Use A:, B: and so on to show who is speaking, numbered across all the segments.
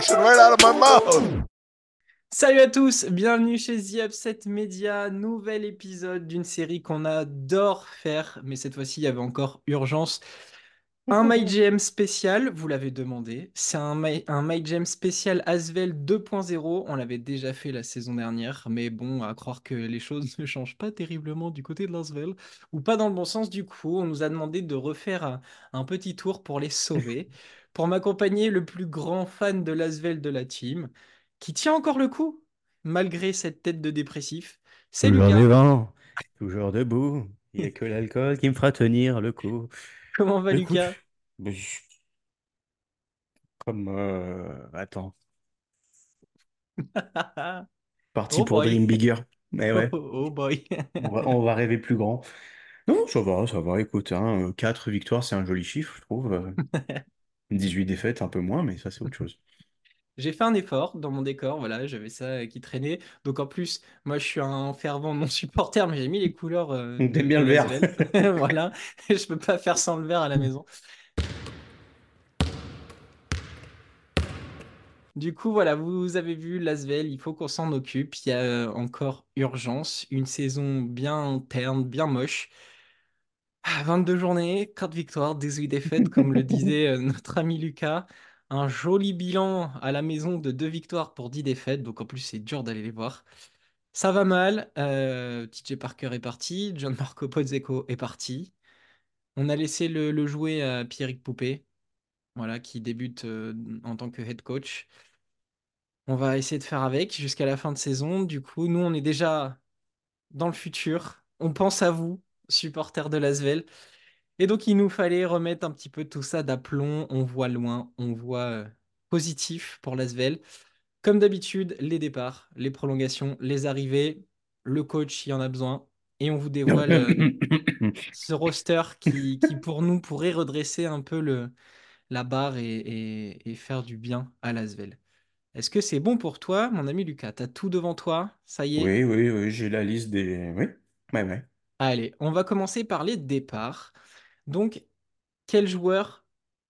A: information right out of my mouth.
B: Salut à tous, bienvenue chez The Upset Media, nouvel épisode d'une série qu'on adore faire, mais cette fois-ci il y avait encore urgence. Un MyGM spécial, vous l'avez demandé, c'est un MyGM spécial Asvel 2.0, on l'avait déjà fait la saison dernière, mais bon, à croire que les choses ne changent pas terriblement du côté de l'Asvel, ou pas dans le bon sens du coup, on nous a demandé de refaire un petit tour pour les sauver. Pour m'accompagner, le plus grand fan de l'Asvel de la team, qui tient encore le coup, malgré cette tête de dépressif, c'est
C: Toujours
B: Lucas.
C: vivant, toujours debout. Il n'y a que l'alcool qui me fera tenir le coup.
B: Comment va
C: Écoute,
B: Lucas?
C: comme... attends, parti
B: Oh
C: pour
B: boy,
C: Dream Bigger. Mais
B: oh,
C: ouais,
B: oh boy.
C: on va rêver plus grand. Non, ça va, écoute, hein, 4 victoires, c'est un joli chiffre, je trouve. 18 défaites, un peu moins, mais ça, c'est autre chose.
B: J'ai fait un effort dans mon décor, voilà, j'avais ça qui traînait. Donc en plus, moi je suis un fervent non-supporter, mais j'ai mis les couleurs
C: T'aimes
B: de
C: bien le vert.
B: l'Asvel. Voilà, je peux pas faire sans le vert à la maison. Du coup, voilà, vous avez vu l'Asvel, il faut qu'on s'en occupe. Il y a encore urgence, une saison bien terne, bien moche. 22 journées, 4 victoires, 18 défaites, comme le disait notre ami Lucas. Un joli bilan à la maison de 2 victoires pour 10 défaites, donc en plus c'est dur d'aller les voir. Ça va mal. TJ Parker est parti. John Marco Pozzecco est parti. On a laissé le jouer à Pierrick Poupé, voilà, qui débute en tant que head coach. On va essayer de faire avec jusqu'à la fin de saison. Du coup, nous, on est déjà dans le futur. On pense à vous, supporters de l'Asvel. Et donc, il nous fallait remettre un petit peu tout ça d'aplomb. On voit loin, on voit positif pour l'Asvel. Comme d'habitude, les départs, les prolongations, les arrivées, le coach, il y en a besoin. Et on vous dévoile ce roster qui, pour nous, pourrait redresser un peu la barre et faire du bien à l'Asvel. Est-ce que c'est bon pour toi, mon ami Lucas? T'as tout devant toi? Ça y est?
C: Oui, oui, oui, j'ai la liste des... Oui, ouais, ouais.
B: Allez, on va commencer par les départs. Donc, quel joueur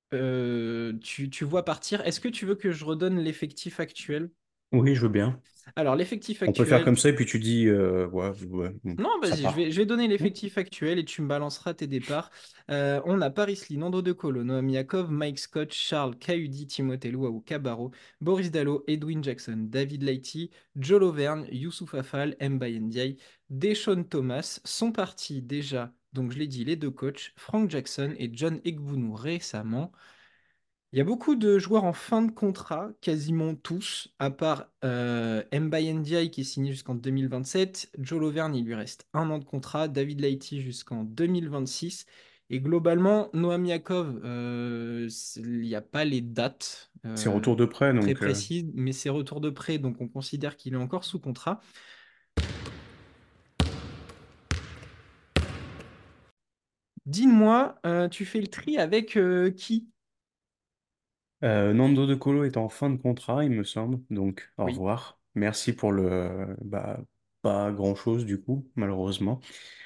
B: tu vois partir? Est-ce que tu veux que je redonne l'effectif actuel?
C: Oui, je veux bien.
B: Alors, l'effectif
C: On peut faire
B: actuel,
C: comme ça, et puis tu dis, ouais, ouais,
B: non,
C: ça
B: vas-y, je vais,
C: part.
B: je vais donner l'effectif actuel et tu me balanceras tes départs. On a Paris Lee, Nando De Colo, Noam Yakov, Mike Scott, Charles Cahudi, Timothée Luau Cabarro, Boris Dallo, Edwin Jackson, David Laity, Joe Lovern, Youssouf Afal, Mbaye Ndiaye, Deshaun Thomas sont partis déjà, donc je l'ai dit, les deux coachs, Frank Jackson et John Egbounou récemment. Il y a beaucoup de joueurs en fin de contrat, quasiment tous, à part Mbaye Ndiaye qui est signé jusqu'en 2027. Joe Lovern, il lui reste 1 an de contrat. David Laity jusqu'en 2026. Et globalement, Noam Yakov, il n'y a pas les dates
C: C'est retour de près,
B: très
C: donc...
B: précises, mais c'est retour de prêt, donc on considère qu'il est encore sous contrat. Dis-moi, tu fais le tri avec qui?
C: Nando De Colo est en fin de contrat, il me semble, donc au
B: Oui.
C: revoir. Merci pour le... Bah, pas grand-chose du coup, malheureusement.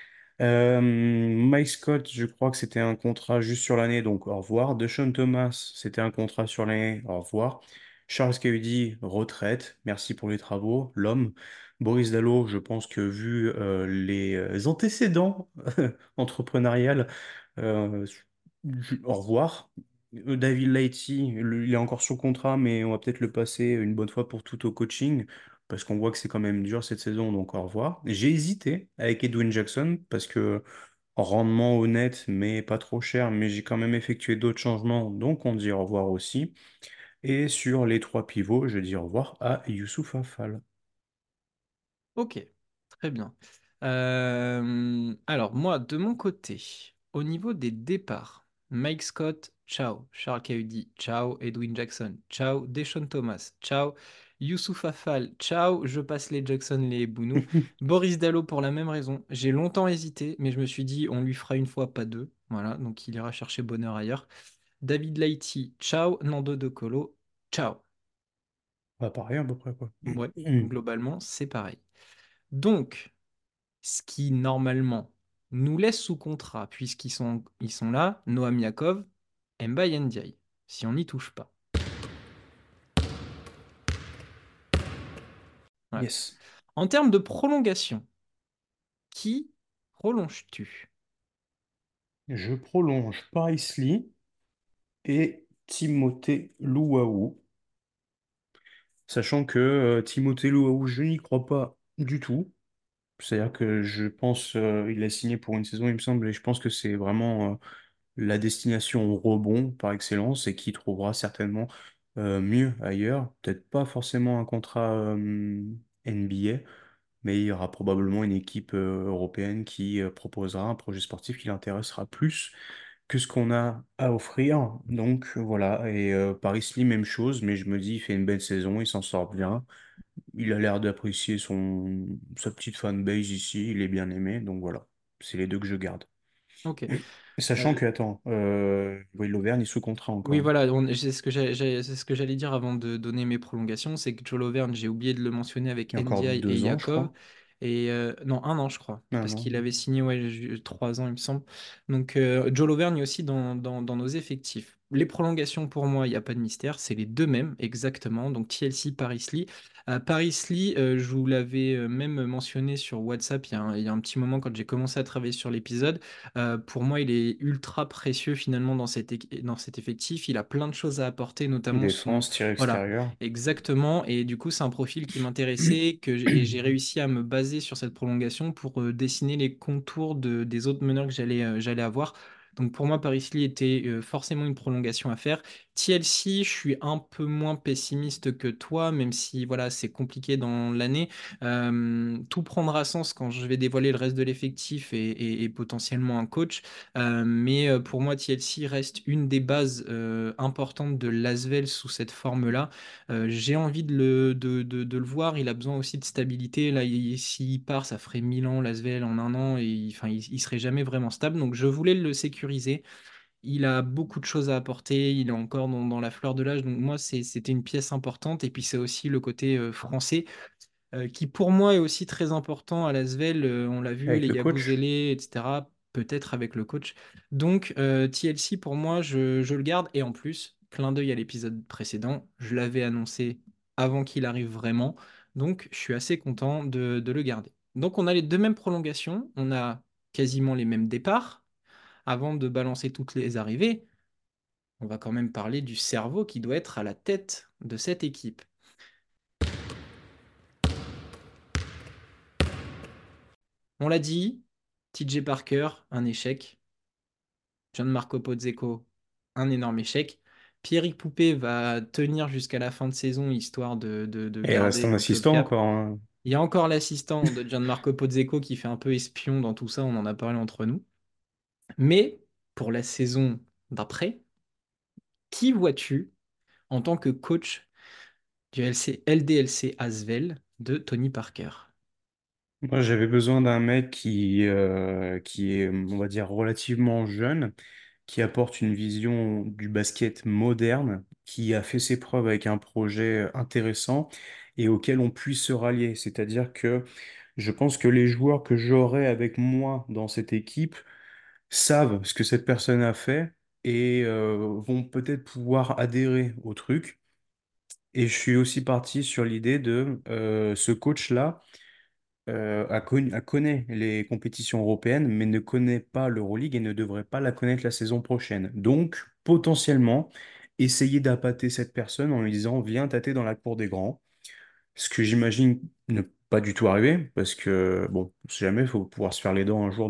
C: Mike Scott, je crois que c'était un contrat juste sur l'année, donc au revoir. Deshaun Thomas, c'était un contrat sur l'année, au revoir. Charles Cahudi, retraite, merci pour les travaux. L'homme. Boris Dallo, je pense que vu les antécédents entrepreneuriales, euh, au revoir. David Laity, il est encore sous contrat, mais on va peut-être le passer une bonne fois pour tout au coaching, parce qu'on voit que c'est quand même dur cette saison, donc au revoir. J'ai hésité avec Edwin Jackson, parce que rendement honnête, mais pas trop cher, mais j'ai quand même effectué d'autres changements, donc on dit au revoir aussi. Et sur les trois pivots, je dis au revoir à Youssouf Afal.
B: Ok, très bien. Alors, moi, de mon côté, au niveau des départs, Mike Scott, ciao. Charles Cahudi, ciao. Edwin Jackson, ciao. Deshaun Thomas, ciao. Youssouf Afal, ciao. Je passe les Jackson, les Bounou. Boris Dallo pour la même raison. J'ai longtemps hésité, mais je me suis dit, on lui fera une fois, pas deux. Voilà, donc il ira chercher bonheur ailleurs. David Laity, ciao. Nando De Colo, ciao.
C: Bah, pareil à peu près, quoi.
B: Ouais, globalement, c'est pareil. Donc, ce qui normalement nous laisse sous contrat, puisqu'ils sont là, Noam Yakov, Mbaye Ndiaye, si on n'y touche pas. Ouais.
C: Yes.
B: En termes de prolongation, qui prolonges-tu?
C: Je prolonge Paris Lee et Timothée Luwawu, sachant que Timothée Luwawu, je n'y crois pas du tout. C'est-à-dire que je pense, il a signé pour une saison, il me semble, et je pense que c'est vraiment la destination au rebond par excellence et qui trouvera certainement mieux ailleurs. Peut-être pas forcément un contrat NBA, mais il y aura probablement une équipe européenne qui proposera un projet sportif qui l'intéressera plus que ce qu'on a à offrir. Donc voilà, et Paris Lee, même chose, mais je me dis, il fait une belle saison, il s'en sort bien. Il a l'air d'apprécier sa petite fanbase ici, il est bien aimé, donc voilà, c'est les deux que je garde.
B: Ok.
C: Et sachant
B: Euh,
C: que, attends, Will Lauvergne est sous contrat
B: Oui,
C: encore.
B: voilà, c'est ce que c'est ce que j'allais dire avant de donner mes prolongations, c'est que Joe Lovern, j'ai oublié de le mentionner avec
C: Il y a encore
B: Ndiaye et
C: 2 ans, je
B: Yakov,
C: crois.
B: et non, un an je crois,
C: Ah
B: parce
C: non.
B: qu'il avait signé ouais, 3 ans il me semble. Donc Joe Lovern est aussi dans nos effectifs. Les prolongations pour moi, il n'y a pas de mystère, c'est les deux mêmes exactement, donc TLC, Paris Lee. Paris Lee, je vous l'avais même mentionné sur WhatsApp il y a un petit moment quand j'ai commencé à travailler sur l'épisode. Pour moi, il est ultra précieux finalement dans cet effectif. Il a plein de choses à apporter, notamment son...
C: Défense, tir
B: Voilà,
C: extérieur.
B: exactement. Et du coup, c'est un profil qui m'intéressait et j'ai réussi à me baser sur cette prolongation pour dessiner les contours des autres meneurs que j'allais avoir. Donc pour moi, Paris Lee était forcément une prolongation à faire. TLC, je suis un peu moins pessimiste que toi, même si voilà, c'est compliqué dans l'année. Tout prendra sens quand je vais dévoiler le reste de l'effectif et potentiellement un coach. Mais pour moi, TLC reste une des bases importantes de l'Asvel sous cette forme-là. J'ai envie de le voir. Il a besoin aussi de stabilité. Là, s'il part, ça ferait 1000 ans l'Asvel en un an et enfin, il serait jamais vraiment stable. Donc, je voulais le sécuriser. Il a beaucoup de choses à apporter. Il est encore dans la fleur de l'âge. Donc, moi, c'était une pièce importante. Et puis, c'est aussi le côté français qui pour moi est aussi très important à l'Asvel. On l'a vu,
C: Avec
B: les
C: le coach.
B: Yabusele, etc. Peut-être avec le coach. Donc TLC pour moi, je le garde. Et en plus, clin d'œil à l'épisode précédent, je l'avais annoncé avant qu'il arrive vraiment. Donc je suis assez content de le garder. Donc on a les deux mêmes prolongations, on a quasiment les mêmes départs. Avant de balancer toutes les arrivées, on va quand même parler du cerveau qui doit être à la tête de cette équipe. On l'a dit, TJ Parker, un échec. Gianmarco Pozzecco, un énorme échec. Pierrick Poupé va tenir jusqu'à la fin de saison, histoire de
C: Et il reste
B: garder
C: un
B: le club
C: assistant
B: cap.
C: encore, hein.
B: Il y a encore l'assistant de Gianmarco Pozzecco qui fait un peu espion dans tout ça, on en a parlé entre nous. Mais pour la saison d'après, qui vois-tu en tant que coach du LDLC Asvel de Tony Parker?
C: Moi, j'avais besoin d'un mec qui est, on va dire, relativement jeune, qui apporte une vision du basket moderne, qui a fait ses preuves avec un projet intéressant et auquel on puisse se rallier. C'est-à-dire que je pense que les joueurs que j'aurai avec moi dans cette équipe savent ce que cette personne a fait et vont peut-être pouvoir adhérer au truc. Et je suis aussi parti sur l'idée de ce coach-là connaît les compétitions européennes, mais ne connaît pas l'Euroleague et ne devrait pas la connaître la saison prochaine. Donc, potentiellement, essayer d'appâter cette personne en lui disant, viens tâter dans la cour des grands. Ce que j'imagine ne pas du tout arriver, parce que, bon, on sait jamais, il faut pouvoir se faire les dents un jour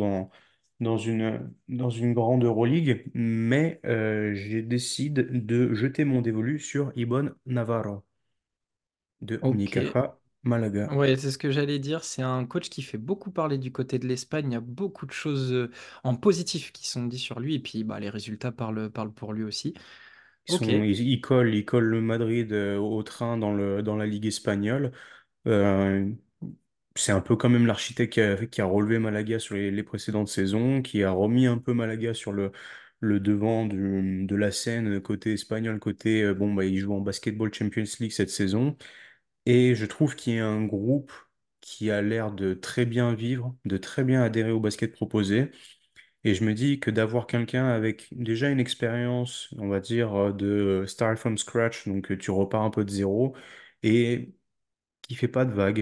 C: dans une grande Euroleague, mais je décide de jeter mon dévolu sur Ibon Navarro de
B: Ok.
C: Unicaja Malaga.
B: Ouais, c'est ce que j'allais dire. C'est un coach qui fait beaucoup parler du côté de l'Espagne. Il y a beaucoup de choses en positif qui sont dites sur lui. Et puis, bah, les résultats parlent pour lui aussi. Ok,
C: Ils collent le Madrid au train dans la Ligue espagnole. Euh, c'est un peu quand même l'architecte qui a relevé Malaga sur les précédentes saisons, qui a remis un peu Malaga sur le devant de la scène côté espagnol, côté, bon, bah, ils jouent en Basketball Champions League cette saison. Et je trouve qu'il y a un groupe qui a l'air de très bien vivre, de très bien adhérer au basket proposé. Et je me dis que d'avoir quelqu'un avec déjà une expérience, on va dire, de start from scratch, donc tu repars un peu de zéro, et qui fait pas de vagues,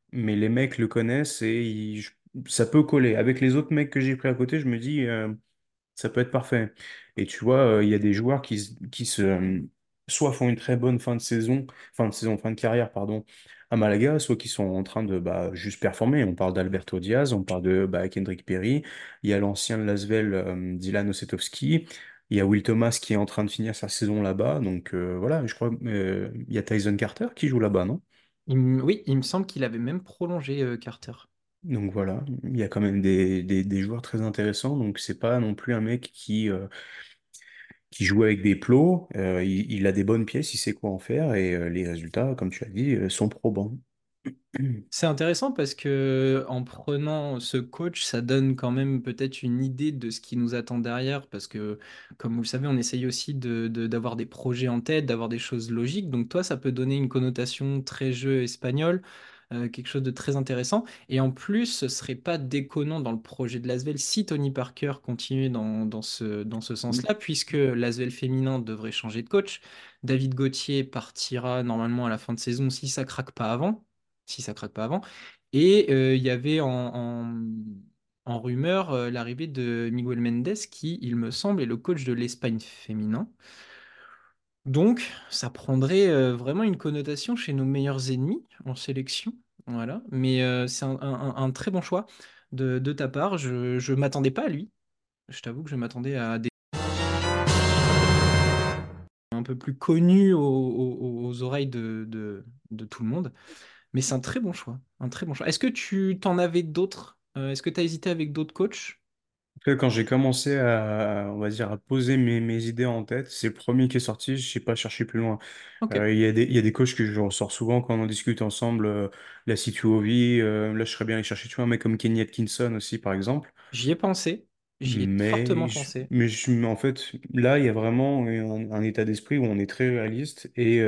C: mais les mecs le connaissent et ça peut coller. Avec les autres mecs que j'ai pris à côté, je me dis, ça peut être parfait. Et tu vois, il y a des joueurs soit font une très bonne fin de carrière, pardon, à Malaga, soit qui sont en train de juste performer. On parle d'Alberto Diaz, on parle de Kendrick Perry, il y a l'ancien de Lasvel, Dylan Osetowski, il y a Will Thomas qui est en train de finir sa saison là-bas. Donc voilà, je crois il y a Tyson Carter qui joue là-bas, non?
B: Oui, il me semble qu'il avait même prolongé Carter.
C: Donc voilà, il y a quand même des joueurs très intéressants. Donc c'est pas non plus un mec qui joue avec des plots. Il a des bonnes pièces, il sait quoi en faire et les résultats, comme tu as dit, sont probants.
B: C'est intéressant parce que en prenant ce coach, ça donne quand même peut-être une idée de ce qui nous attend derrière. Parce que, comme vous le savez, on essaye aussi d'avoir des projets en tête, d'avoir des choses logiques. Donc toi, ça peut donner une connotation très jeu espagnol, quelque chose de très intéressant. Et en plus, ce serait pas déconnant dans le projet de l'Asvel si Tony Parker continuait dans ce sens-là, puisque l'Asvel féminin devrait changer de coach. David Gauthier partira normalement à la fin de saison si ça craque pas avant si ça craque pas avant. Et il y avait en rumeur l'arrivée de Miguel Mendes, qui, il me semble, est le coach de l'Espagne féminin. Donc, ça prendrait vraiment une connotation chez nos meilleurs ennemis en sélection. Voilà. Mais c'est un très bon choix de ta part. Je m'attendais pas à lui. Je t'avoue que je m'attendais à des un peu plus connus aux oreilles de tout le monde. Mais c'est un très bon choix. Un très bon choix. Est-ce que tu t'en avais d'autres? Est-ce que tu as hésité avec d'autres coachs?
C: Après, quand j'ai commencé on va dire, à poser mes idées en tête, c'est le premier qui est sorti, je sais pas chercher plus loin.
B: Ok.
C: Il y a des coachs que je ressors souvent quand on en discute ensemble, la Situovi, là je serais bien allé chercher, tu vois, un mec comme Kenny Atkinson aussi, par exemple.
B: J'y ai pensé. J'y ai fortement pensé.
C: En fait, là, il y a vraiment un état d'esprit où on est très réaliste et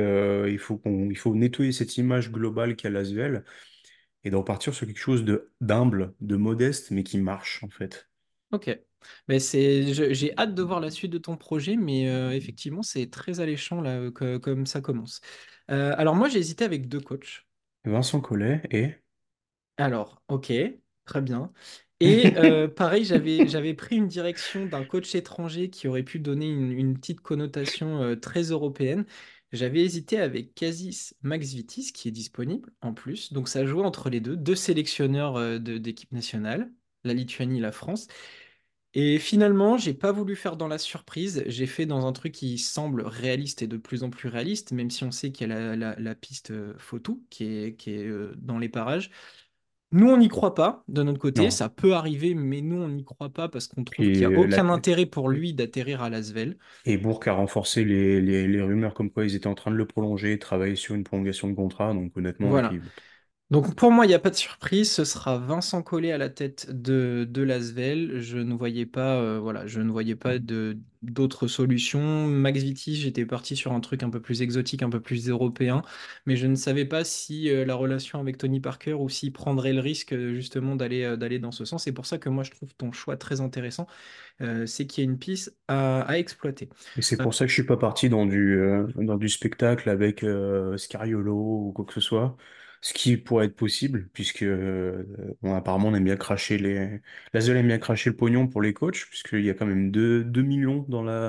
C: il faut nettoyer cette image globale qu'a l'Asvel et d'en partir sur quelque chose de d'humble, de modeste, mais qui marche, en fait.
B: Ok. Mais j'ai hâte de voir la suite de ton projet, mais effectivement, c'est très alléchant là, comme ça commence. Alors moi, j'ai hésité avec deux coachs.
C: Vincent Collet et...
B: Alors, ok, très bien. Et pareil, j'avais pris une direction d'un coach étranger qui aurait pu donner une petite connotation très européenne. J'avais hésité avec Kasis Maxvitis, qui est disponible en plus. Donc ça jouait entre les deux sélectionneurs d'équipe nationale, la Lituanie, la France. Et finalement, j'ai pas voulu faire dans la surprise. J'ai fait dans un truc qui semble réaliste et de plus en plus réaliste, même si on sait qu'il y a la piste Fotou qui est dans les parages. Nous, on n'y croit pas de notre côté.
C: Non.
B: Ça peut arriver, mais nous, on n'y croit pas parce qu'on trouve
C: Puis,
B: qu'il n'y a aucun intérêt pour lui d'atterrir à Lasvel.
C: et Bourg a renforcé les rumeurs comme quoi ils étaient en train de le prolonger, de travailler sur une prolongation de contrat. Donc honnêtement, et
B: Voilà.
C: puis
B: Donc pour moi, il n'y a pas de surprise. Ce sera Vincent Collet à la tête de Lasvel. Je ne voyais pas, voilà, je ne voyais pas d'autres solutions. Max Vitti, j'étais parti sur un truc un peu plus exotique, un peu plus européen, mais je ne savais pas si la relation avec Tony Parker ou s'il prendrait le risque justement d'aller dans ce sens. C'est pour ça que moi, je trouve ton choix très intéressant. C'est qu'il y a une piste à exploiter.
C: et c'est
B: Euh,
C: pour ça que je suis pas parti dans du spectacle avec Scariolo ou quoi que ce soit, ce qui pourrait être possible, puisque bon, apparemment on aime bien cracher l'Asvel aime bien cracher le pognon pour les coachs, puisqu'il y a quand même 2 millions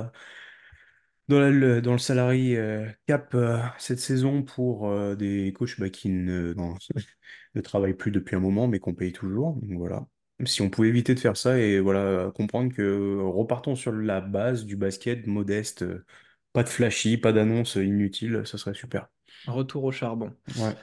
C: dans le salary cap cette saison pour des coachs qui ne travaillent plus depuis un moment, mais qu'on paye toujours. Donc voilà. Si on pouvait éviter de faire ça et voilà, comprendre que repartons sur la base du basket modeste, pas de flashy, pas d'annonce inutile, ça serait super.
B: Retour au charbon.
C: Ouais.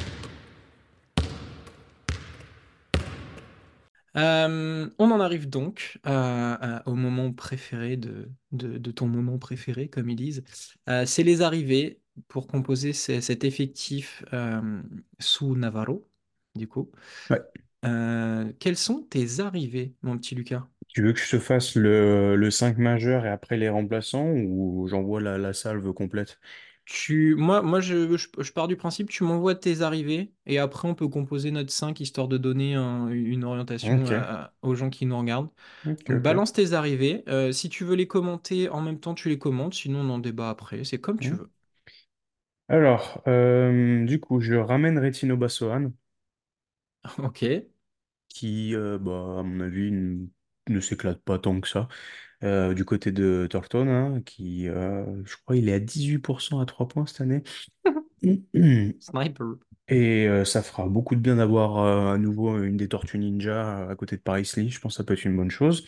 B: On en arrive donc au moment préféré de ton moment préféré, comme ils disent. C'est les arrivées pour composer cet effectif sous Navarro, du coup.
C: Ouais.
B: Quelles sont tes arrivées, mon petit Lucas?
C: Tu veux que je te fasse le 5 majeur et après les remplaçants ou j'envoie la salve complète?
B: Moi je pars du principe, tu m'envoies tes arrivées et après on peut composer notre 5 histoire de donner une orientation
C: Ok,
B: aux gens qui nous regardent.
C: ok,
B: Donc
C: ok.
B: balance tes arrivées. Si tu veux les commenter en même temps, tu les commentes. Sinon, on en débat après. C'est comme tu
C: Hmm.
B: veux.
C: Alors, du coup, je ramène Retino Bassoane.
B: Ok.
C: qui, bah, à mon avis, ne s'éclate pas tant que ça. Du côté de Thornton, hein, qui, je crois, il est à 18% à 3 points cette année.
B: Sniper.
C: Et ça fera beaucoup de bien d'avoir à nouveau une des Tortues Ninja à côté de Paris Lee. Je pense que ça peut être une bonne chose.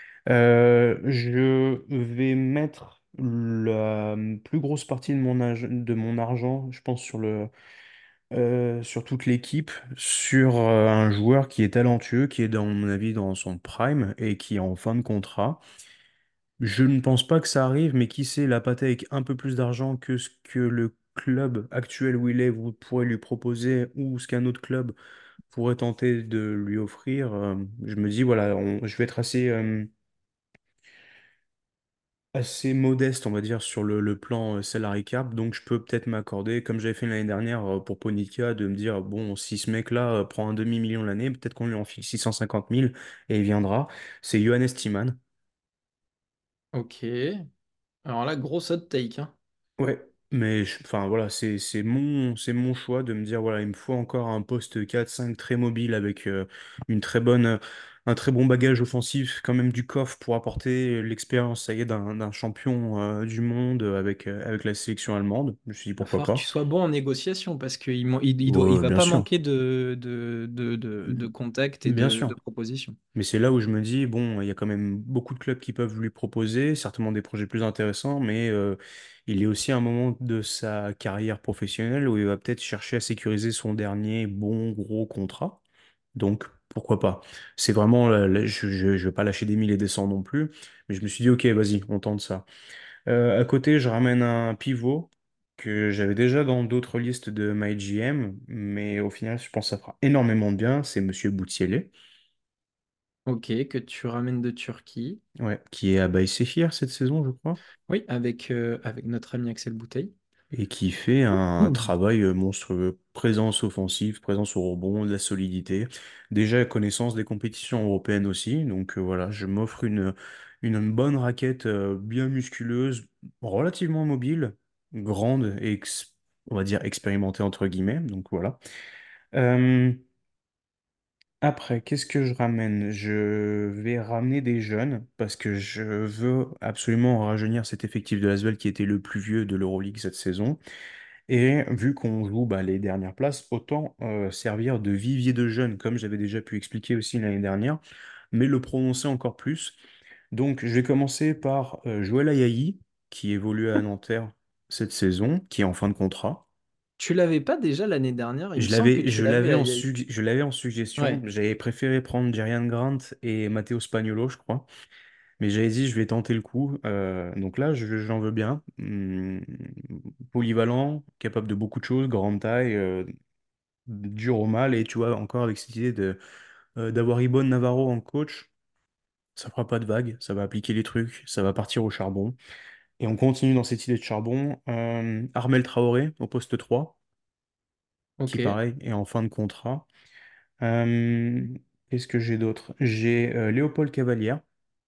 C: Je vais mettre la plus grosse partie de mon argent, je pense, sur toute l'équipe, sur un joueur qui est talentueux, qui est, dans mon avis, dans son prime et qui est en fin de contrat. Je ne pense pas que ça arrive, mais qui sait, la pâté avec un peu plus d'argent que ce que le club actuel où il est vous pourrez lui proposer ou ce qu'un autre club pourrait tenter de lui offrir. Je me dis, voilà, je vais être assez modeste, on va dire, sur le plan salary cap, donc je peux peut-être m'accorder, comme j'avais fait l'année dernière pour Ponica, de me dire, bon, si ce mec-là prend un demi-million l'année, peut-être qu'on lui en file 650 000 et il viendra. C'est Johannes Thiemann.
B: Ok. Alors là, gros hot take, hein.
C: Ouais, mais enfin voilà, c'est mon choix de me dire voilà, il me faut encore un poste 4-5 très mobile avec une très bonne un très bon bagage offensif, quand même du coffre pour apporter l'expérience, ça y est, d'un champion du monde avec la sélection allemande. Je me suis dit
B: Il va
C: pourquoi
B: falloir que tu
C: pas.
B: sois bon en négociation parce qu'il
C: Ouais,
B: va
C: bien
B: pas
C: sûr.
B: manquer de contacts et
C: Bien
B: de
C: sûr.
B: propositions.
C: Mais c'est là où je me dis, bon, il y a quand même beaucoup de clubs qui peuvent lui proposer, certainement des projets plus intéressants, mais il est aussi à un moment de sa carrière professionnelle où il va peut-être chercher à sécuriser son dernier bon gros contrat. Donc, pourquoi pas? C'est vraiment, je vais pas lâcher des mille et des cents non plus, mais je me suis dit, ok, vas-y, on tente ça. À côté, je ramène un pivot que j'avais déjà dans d'autres listes de MyGM, mais au final, je pense que ça fera énormément de bien, c'est Monsieur Boutielé.
B: Ok, que tu ramènes de Turquie.
C: Ouais, qui est à Baïséchir cette saison, je crois,
B: Oui, avec notre ami Axel Bouteille.
C: et qui fait un
B: Mhm.
C: travail monstrueux. Présence offensive, présence au rebond, de la solidité. Déjà connaissance des compétitions européennes aussi, donc voilà, je m'offre une bonne raquette bien musculeuse, relativement mobile, grande et on va dire expérimentée entre guillemets, donc voilà. Euh, Après, qu'est-ce que je ramène? Je vais ramener des jeunes parce que je veux absolument rajeunir cet effectif de l'Asvel qui était le plus vieux de l'Euroleague cette saison. Et vu qu'on joue bah, les dernières places, autant servir de vivier de jeunes, comme j'avais déjà pu expliquer aussi l'année dernière, mais le prononcer encore plus. Donc, je vais commencer par Joël Ayayi, qui évolue à Nanterre cette saison, qui est en fin de contrat.
B: Tu l'avais pas déjà l'année dernière, il me semble que tu l'avais à Yaï.
C: Je l'avais en suggestion.
B: Ouais,
C: J'avais préféré prendre Jerian Grant et Matteo Spagnolo, je crois. Mais j'avais dit, je vais tenter le coup. Donc là, j'en veux bien. Polyvalent, capable de beaucoup de choses, grande taille, dur au mal. Et tu vois, encore avec cette idée d'avoir Ibon Navarro en coach, ça fera pas de vague. Ça va appliquer les trucs. Ça va partir au charbon. Et on continue dans cette idée de charbon. Armel Traoré au poste 3 qui
B: ok.
C: pareil est en fin de contrat. Euh, Qu'est-ce que j'ai d'autre? J'ai Léopold Cavalière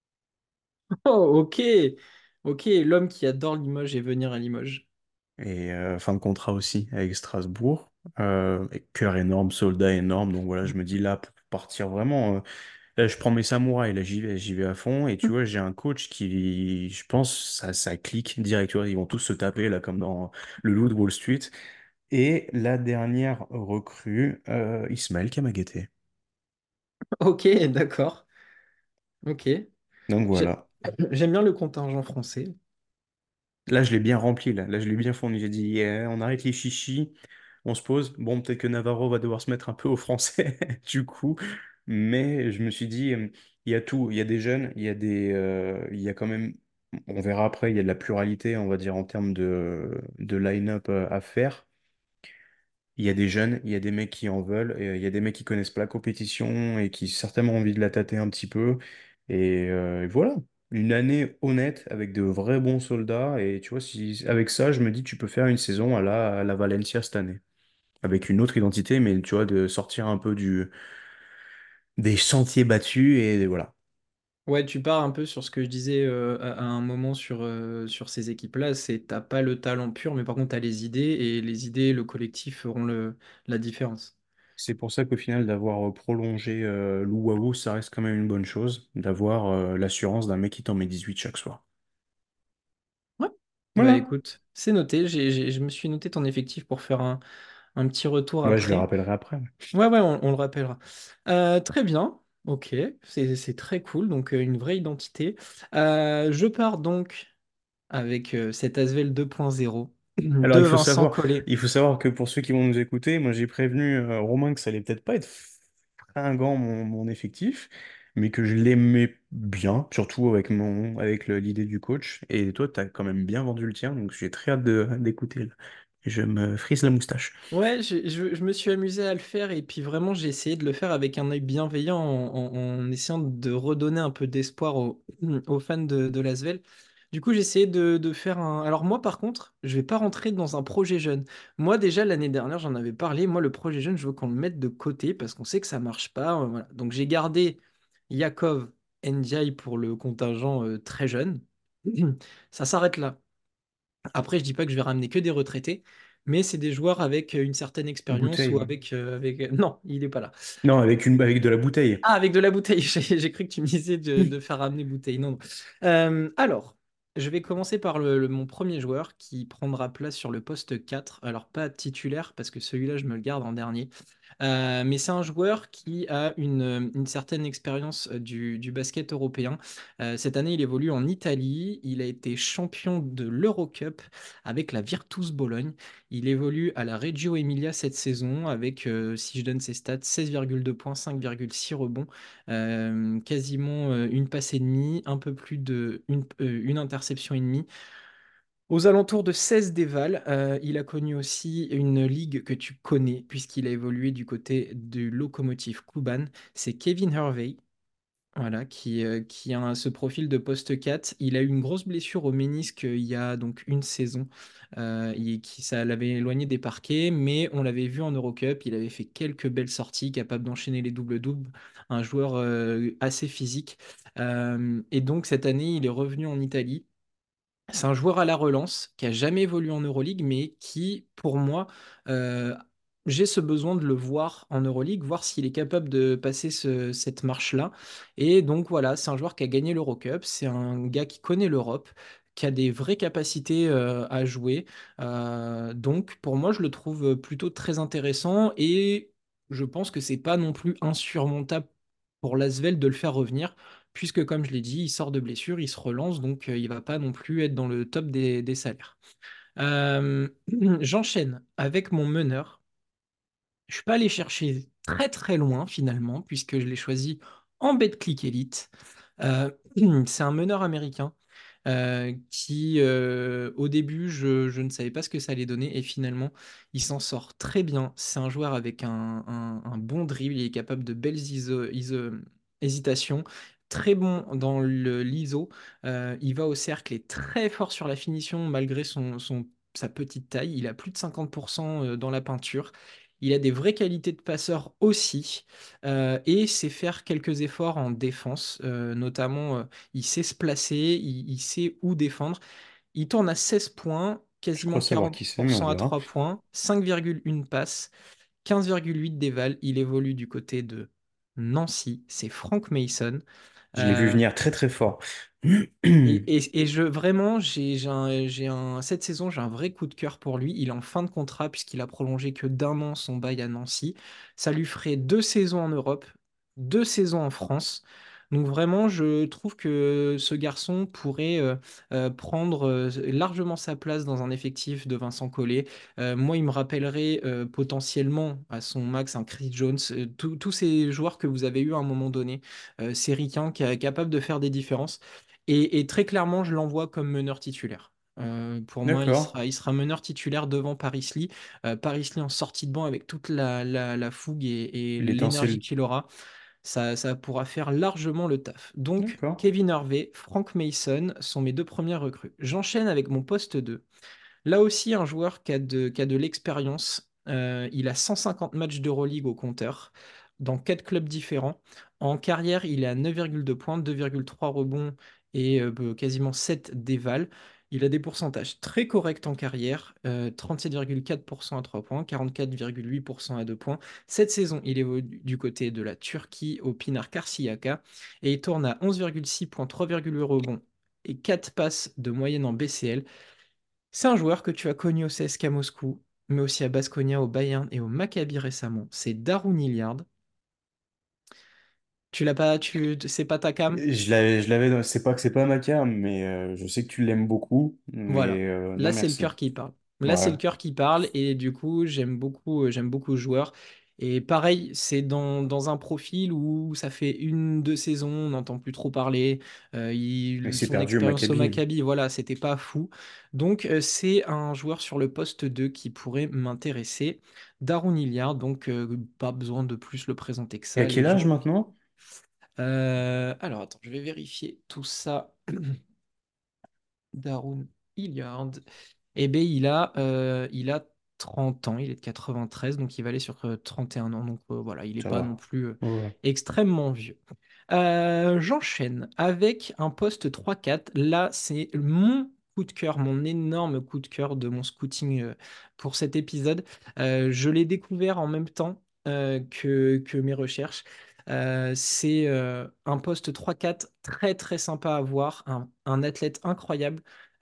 B: Oh, ok. Ok, l'homme qui adore Limoges et venir à Limoges.
C: et fin de contrat aussi avec Strasbourg. Et cœur énorme, soldat énorme. Donc voilà, je me dis là pour partir vraiment. Là, je prends mes samouraïs, là j'y vais à fond. Et tu vois, j'ai un coach qui, je pense, ça clique direct. Tu vois, ils vont tous se taper là comme dans Le Loup de Wall Street. Et la dernière recrue, Ismaël Kamagaté.
B: Ok, d'accord. Ok.
C: Donc
B: J'ai-
C: voilà.
B: J'aime bien le contingent français.
C: Là, je l'ai bien rempli, là. Là, je l'ai bien fourni. J'ai dit, yeah, on arrête les chichis, on se pose. Bon, peut-être que Navarro va devoir se mettre un peu au français, du coup. Mais je me suis dit, il y a tout. Il y a des jeunes, il y a quand même, on verra après, il y a de la pluralité, on va dire, en termes de line-up à faire. Il y a des jeunes, il y a des mecs qui en veulent, et il y a des mecs qui connaissent pas la compétition et qui certainement ont envie de la tâter un petit peu. Et voilà, une année honnête avec de vrais bons soldats. Et tu vois, si avec ça, je me dis, tu peux faire une saison à la Valencia cette année, avec une autre identité, mais tu vois, de sortir un peu des sentiers battus et voilà.
B: Ouais, tu pars un peu sur ce que je disais à un moment sur ces équipes-là, c'est t'as pas le talent pur, mais par contre t'as les idées, et les idées, le collectif feront la différence.
C: C'est pour ça qu'au final, d'avoir prolongé Louwawu, ça reste quand même une bonne chose, d'avoir l'assurance d'un mec qui t'en met 18 chaque soir.
B: Ouais. Bah
C: Voilà.
B: écoute, c'est noté. Je me suis noté ton effectif pour faire un petit retour
C: Ouais, je le
B: après.
C: rappellerai après.
B: Ouais, ouais, on le rappellera. Très bien. Ok, c'est très cool. Donc, une vraie identité. Je pars donc avec cet Asvel 2.0
C: Alors,
B: de Vincent Collet.
C: il faut savoir que pour ceux qui vont nous écouter, moi j'ai prévenu Romain que ça allait peut-être pas être fringant mon effectif, mais que je l'aimais bien, surtout avec l'idée du coach. Et toi, tu as quand même bien vendu le tien, donc j'ai très hâte d'écouter là. Je me frise la moustache.
B: Ouais, je me suis amusé à le faire et puis vraiment j'ai essayé de le faire avec un œil bienveillant en essayant de redonner un peu d'espoir aux fans de l'Asvel. Du coup, j'ai essayé de faire un... Alors moi, par contre, je vais pas rentrer dans un projet jeune. Moi, déjà, l'année dernière, j'en avais parlé. Moi, le projet jeune, je veux qu'on le mette de côté parce qu'on sait que ça marche pas. Voilà. Donc, j'ai gardé Yakov Ndiaye pour le contingent très jeune. Ça s'arrête là. Après, je dis pas que je vais ramener que des retraités, mais c'est des joueurs avec une certaine expérience
C: Bouteille,
B: ou
C: ouais.
B: avec... Non, il est pas là.
C: Non, avec de la bouteille.
B: Ah, avec de la bouteille. J'ai cru que tu me disais de faire ramener bouteille. Non, non. Alors, je vais commencer par mon premier joueur qui prendra place sur le poste 4. Alors, pas titulaire, parce que celui-là, je me le garde en dernier. Mais c'est un joueur qui a une certaine expérience du basket européen. Cette année, il évolue en Italie. Il a été champion de l'Eurocup avec la Virtus Bologne. Il évolue à la Reggio Emilia cette saison avec, si je donne ses stats, 16,2 points, 5,6 rebonds, quasiment une passe et demie, un peu plus une interception et demie. Aux alentours de 16 déval, il a connu aussi une ligue que tu connais, puisqu'il a évolué du côté du Lokomotiv Kuban. C'est Kevin Hervey, voilà, qui a ce profil de poste 4. Il a eu une grosse blessure au ménisque il y a donc une saison, ça l'avait éloigné des parquets, mais on l'avait vu en Eurocup. Il avait fait quelques belles sorties, capable d'enchaîner les doubles-doubles, un joueur assez physique. Et donc cette année, il est revenu en Italie. C'est un joueur à la relance qui a jamais évolué en Euroleague, mais qui, pour moi, euh, j'ai ce besoin de le voir en Euroleague, voir s'il est capable de passer cette marche-là. Et donc voilà, c'est un joueur qui a gagné l'Eurocup, c'est un gars qui connaît l'Europe, qui a des vraies capacités à jouer. Donc pour moi, je le trouve plutôt très intéressant et je pense que c'est pas non plus insurmontable pour l'Asvel de le faire revenir puisque comme je l'ai dit, il sort de blessure, il se relance, donc il va pas non plus être dans le top des salaires. Euh, J'enchaîne avec mon meneur. Je suis pas allé chercher très très loin finalement, puisque je l'ai choisi en BetClick Elite. Euh, c'est un meneur américain qui, au début, je ne savais pas ce que ça allait donner et finalement, il s'en sort très bien. C'est un joueur avec un bon dribble, il est capable de belles hésitations, très bon dans l'ISO. Il va au cercle, est très fort sur la finition malgré sa petite taille. Il a plus de 50% dans la peinture. Il a des vraies qualités de passeur aussi et sait faire quelques efforts en défense, notamment il sait se placer, il sait où défendre. Il tourne à 16 points,
C: Je crois
B: quasiment
C: savoir qui c'est, mais on
B: 40% à
C: verra.
B: 3 points, 5,1 passes, 15,8 déval. Il évolue du côté de Nancy, c'est Frank Mason.
C: Je l'ai vu
B: Euh,
C: venir très très fort.
B: et vraiment, cette saison, j'ai un vrai coup de cœur pour lui. Il est en fin de contrat puisqu'il a prolongé que d'un an son bail à Nancy. Ça lui ferait 2 saisons en Europe, 2 saisons en France. Donc vraiment, je trouve que ce garçon pourrait prendre largement sa place dans un effectif de Vincent Collet. Moi, il me rappellerait potentiellement à son max un Chris Jones, tous ces joueurs que vous avez eu à un moment donné. C'est Ricain qui est capable de faire des différences. Et très clairement, je l'envoie comme meneur titulaire. Pour moi,
C: D'accord.
B: il sera meneur titulaire devant Paris Lee. Paris Lee en sortie de banc avec toute la fougue et l'énergie
C: L'étincelle.
B: qu'il aura, ça pourra faire largement le taf. Donc,
C: D'accord.
B: Kevin Hervey, Frank Mason sont mes deux premières recrues. J'enchaîne avec mon poste 2. Là aussi, un joueur qui a de l'expérience. Il a 150 matchs d'Euroleague au compteur dans 4 clubs différents. En carrière, il est à 9,2 points, 2,3 rebonds et quasiment 7 dévals. Il a des pourcentages très corrects en carrière, 37,4% à 3 points, 44,8% à 2 points. Cette saison, il évolue du côté de la Turquie au Pinar Karşıyaka et il tourne à 11,6 points, 3,8 rebonds et 4 passes de moyenne en BCL. C'est un joueur que tu as connu au CSKA Moscou, mais aussi à Baskonia, au Bayern et au Maccabi récemment. C'est Darun Iliard. Tu l'as pas, c'est pas ta cam?
C: C'est pas que c'est pas ma came, mais je sais que tu l'aimes beaucoup,
B: Voilà.
C: mais non
B: Là, c'est le cœur
C: merci.
B: qui parle. Là, c'est le
C: Ouais.
B: cœur qui parle et du coup, j'aime beaucoup ce joueur. Et pareil, c'est dans un profil où ça fait une, deux saisons, on n'entend plus trop parler.
C: Et c'est
B: Son
C: perdu au
B: expérience au
C: Maccabi.
B: Maccabi, voilà, c'était pas fou. Donc, c'est un joueur sur le poste 2 qui pourrait m'intéresser. Darun Iliard, donc pas besoin de plus le présenter que
C: Et à
B: ça. Les
C: quel âge
B: gens.
C: maintenant?
B: Alors, attends, je vais vérifier tout ça. Darun Hilliard. Eh bien, il a 30 ans, il est de 93, donc il va aller sur 31 ans. Donc voilà, il n'est
C: Ça
B: pas non
C: va.
B: plus
C: Ouais.
B: extrêmement vieux. J'enchaîne avec un poste 3-4. Là, c'est mon coup de cœur, mon énorme coup de cœur de mon scouting pour cet épisode. Je l'ai découvert en même temps que mes recherches. C'est un poste 3-4 très très sympa à voir, un athlète incroyable.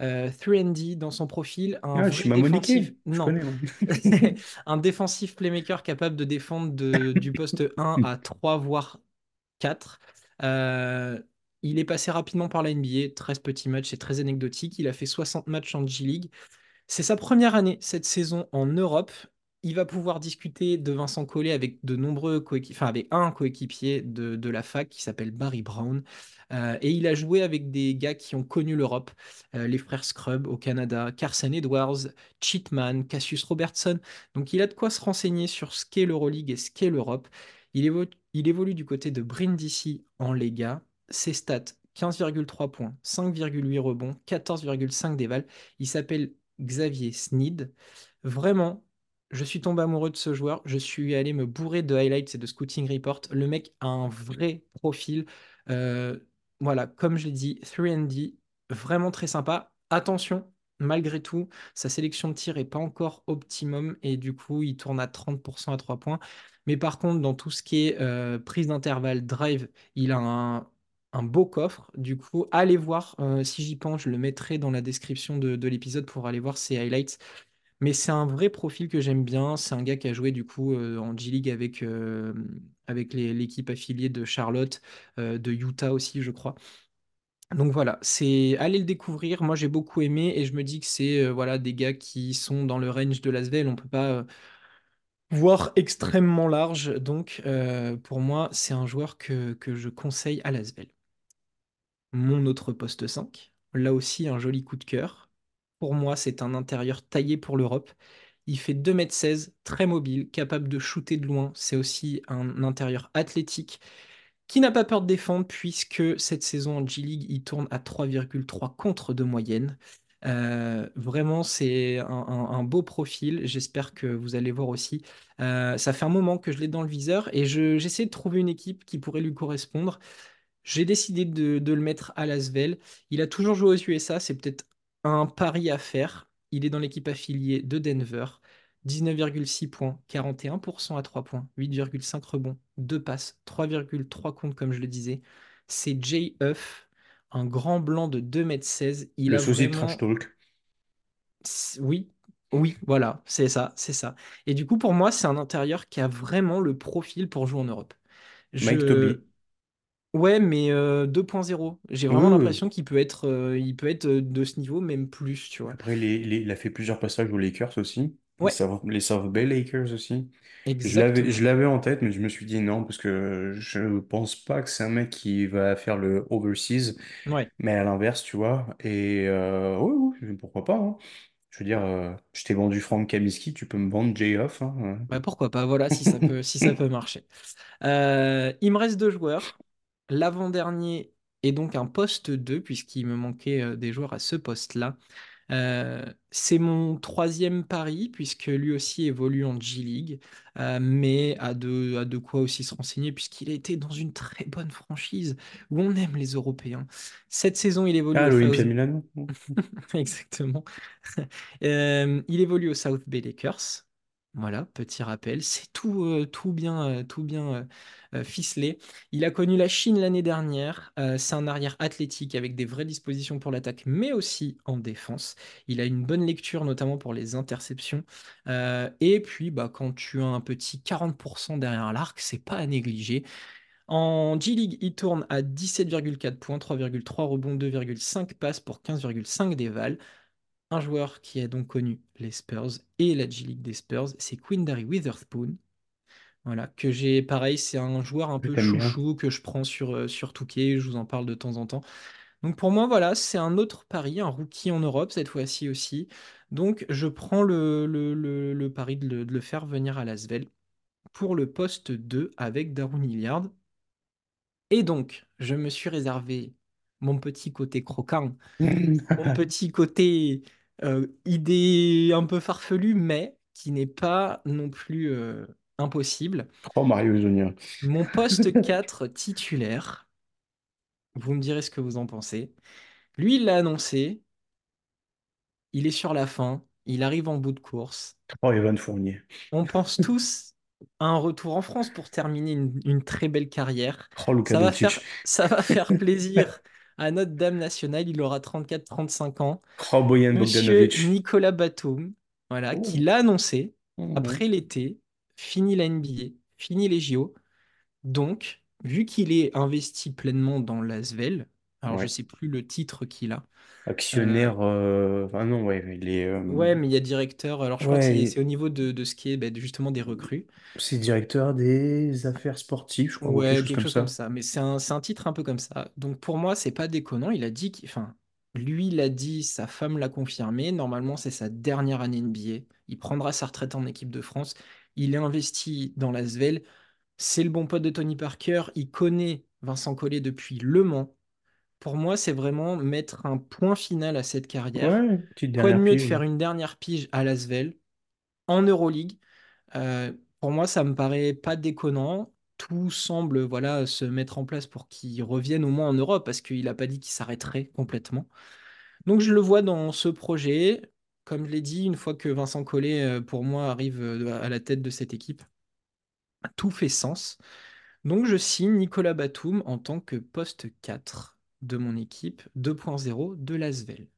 B: 3D dans son profil, un
C: Ah,
B: vrai
C: tu m'as
B: défensif.
C: moniqué. Je
B: Non,
C: connais, moi.
B: un défensif playmaker capable de défendre du poste 1 à 3 voire 4. Euh, il est passé rapidement par la NBA, 13 petits matchs, c'est très anecdotique. Il a fait 60 matchs en G-League. C'est sa première année cette saison en Europe. Il va pouvoir discuter de Vincent Collet avec de nombreux coéquipiers, enfin avec un coéquipier de la fac qui s'appelle Barry Brown. Et il a joué avec des gars qui ont connu l'Europe, les frères Scrub au Canada, Carson Edwards, Cheatman, Cassius Robertson. Donc il a de quoi se renseigner sur ce qu'est l'Euroleague et ce qu'est l'Europe. Il évolue du côté de Brindisi en Lega. Ses stats 15,3 points, 5,8 rebonds, 14,5 déval. Il s'appelle Xavier Sneed. Vraiment, je suis tombé amoureux de ce joueur. Je suis allé me bourrer de highlights et de scouting report. Le mec a un vrai profil. Euh, voilà, comme je l'ai dit, 3D, vraiment très sympa. Attention, malgré tout, sa sélection de tir est pas encore optimum et du coup, il tourne à 30% à 3 points. Mais par contre, dans tout ce qui est prise d'intervalle, drive, il a un beau coffre. Du coup, allez voir, si j'y pense, je le mettrai dans la description de l'épisode pour aller voir ses highlights. Mais c'est un vrai profil que j'aime bien. C'est un gars qui a joué du coup en G-League avec l'équipe affiliée de Charlotte, de Utah aussi, je crois. Donc voilà, c'est allez le découvrir. Moi, j'ai beaucoup aimé et je me dis que c'est voilà des gars qui sont dans le range de l'Asvel. On peut pas voir extrêmement large. Donc pour moi, c'est un joueur que je conseille à l'Asvel. Mon autre poste 5, là aussi un joli coup de cœur. Pour moi, c'est un intérieur taillé pour l'Europe. Il fait 2,16 m, très mobile, capable de shooter de loin. C'est aussi un intérieur athlétique qui n'a pas peur de défendre puisque cette saison en G-League, il tourne à 3,3 contre de moyenne. Vraiment, c'est un beau profil. J'espère que vous allez voir aussi. Ça fait un moment que je l'ai dans le viseur et j'essaie de trouver une équipe qui pourrait lui correspondre. J'ai décidé de le mettre à Lasvel. Il a toujours joué aux USA, c'est peut-être un pari à faire. Il est dans l'équipe affiliée de Denver. 19,6 points, 41% à 3 points, 8,5 rebonds, 2 passes, 3,3 comptes comme je le disais. C'est Jay Huff, un grand blanc de 2,16 m. Il
C: Le
B: a
C: sosie de Trash
B: vraiment.
C: Talk.
B: Oui, oui, voilà, c'est ça, c'est ça. Et du coup, pour moi, c'est un intérieur qui a vraiment le profil pour jouer en Europe.
C: Mike
B: Je,
C: Toby.
B: Ouais, mais 2.0. J'ai
C: Oui,
B: vraiment
C: oui, oui.
B: l'impression qu'il peut être de ce niveau, même plus, tu vois.
C: Après, il a fait plusieurs passages aux Lakers aussi.
B: Ouais,
C: Les South Bay Lakers aussi. Je
B: exactement.
C: l'avais en tête, mais je me suis dit non, parce que je pense pas que c'est un mec qui va faire le overseas,
B: Ouais,
C: mais à l'inverse, tu vois. Et oui, oui, pourquoi pas, hein. Je veux dire, je t'ai vendu Frank Kaminsky, tu peux me vendre Jay Huff, hein.
B: bah pourquoi pas, voilà, si ça peut marcher. Il me reste deux joueurs. L'avant-dernier est donc un poste 2 puisqu'il me manquait des joueurs à ce poste-là. C'est mon troisième pari, puisque lui aussi évolue en G-League, mais a de quoi aussi se renseigner, puisqu'il a été dans une très bonne franchise où on aime les Européens. Cette saison, il évolue
C: Ah,
B: au
C: l'Olympia
B: South...
C: de Milano.
B: Exactement. Il évolue au South Bay Lakers. Voilà, petit rappel. C'est tout bien ficelé. Il a connu la Chine l'année dernière. C'est un arrière athlétique avec des vraies dispositions pour l'attaque, mais aussi en défense. Il a une bonne lecture, notamment pour les interceptions. Et puis, bah, quand tu as un petit 40% derrière l'arc, c'est pas à négliger. En G-League, il tourne à 17,4 points, 3,3 rebonds, 2,5 passes pour 15,5 dévals. Un joueur qui a donc connu les Spurs et la G-League des Spurs, c'est Quinndary Witherspoon. Voilà, que j'ai, pareil, c'est un joueur un
C: Je
B: peu
C: t'aime bien.
B: chouchou que je prends sur Touquet, je vous en parle de temps en temps. Donc pour moi, voilà, c'est un autre pari, un rookie en Europe cette fois-ci aussi. Donc je prends le pari de le faire venir à Lasvel pour le poste 2 avec Darun Hilliard. Et donc, je me suis réservé mon petit côté croquant, mon petit côté idée un peu farfelue, mais qui n'est pas non plus impossible.
C: Oh, Mario Zonia.
B: Mon poste 4 titulaire, vous me direz ce que vous en pensez. Lui, il l'a annoncé, il est sur la fin, il arrive en bout de course.
C: Oh, Evan Fournier.
B: On pense tous à un retour en France pour terminer une très belle carrière.
C: Oh, Luka Doncic.
B: Ça va faire plaisir à notre dame nationale. Il aura 34-35 ans.
C: Oh, Bojan
B: Monsieur
C: Bogdanovic.
B: Nicolas Batum, voilà, qui
C: Oh.
B: l'a annoncé
C: Mhm.
B: après l'été, fini la NBA, fini les JO. Donc, vu qu'il est investi pleinement dans l'ASVEL, alors je
C: Ouais.
B: sais plus le titre qu'il a. Euh,
C: Actionnaire. Ah non, ouais, il est.
B: ouais, mais il y a directeur. Alors, je crois que c'est
C: Ouais,
B: au niveau de ce qui est bah, justement des recrues.
C: c'est directeur des affaires sportives, je crois, ou quelque
B: Ouais,
C: chose
B: quelque
C: comme
B: chose comme
C: ça.
B: ça. Mais c'est un titre un peu comme ça. Donc pour moi, c'est pas déconnant. Il a dit enfin, lui l'a dit, sa femme l'a confirmé. Normalement, c'est sa dernière année NBA. Il prendra sa retraite en équipe de France. Il est investi dans la l'ASVEL. C'est le bon pote de Tony Parker. Il connaît Vincent Collet depuis Le Mans. Pour moi, c'est vraiment mettre un point final à cette carrière.
C: Ouais, petite
B: Quoi de
C: dernière
B: mieux de
C: pige.
B: faire une dernière pige à l'ASVEL en Euroleague? Pour moi, ça me paraît pas déconnant. Tout semble voilà se mettre en place pour qu'il revienne au moins en Europe, parce qu'il n'a pas dit qu'il s'arrêterait complètement. Donc je le vois dans ce projet. Comme je l'ai dit, une fois que Vincent Collet, pour moi, arrive à la tête de cette équipe, tout fait sens. Donc je signe Nicolas Batum en tant que poste 4 de mon équipe 2.0 de l'Asvel.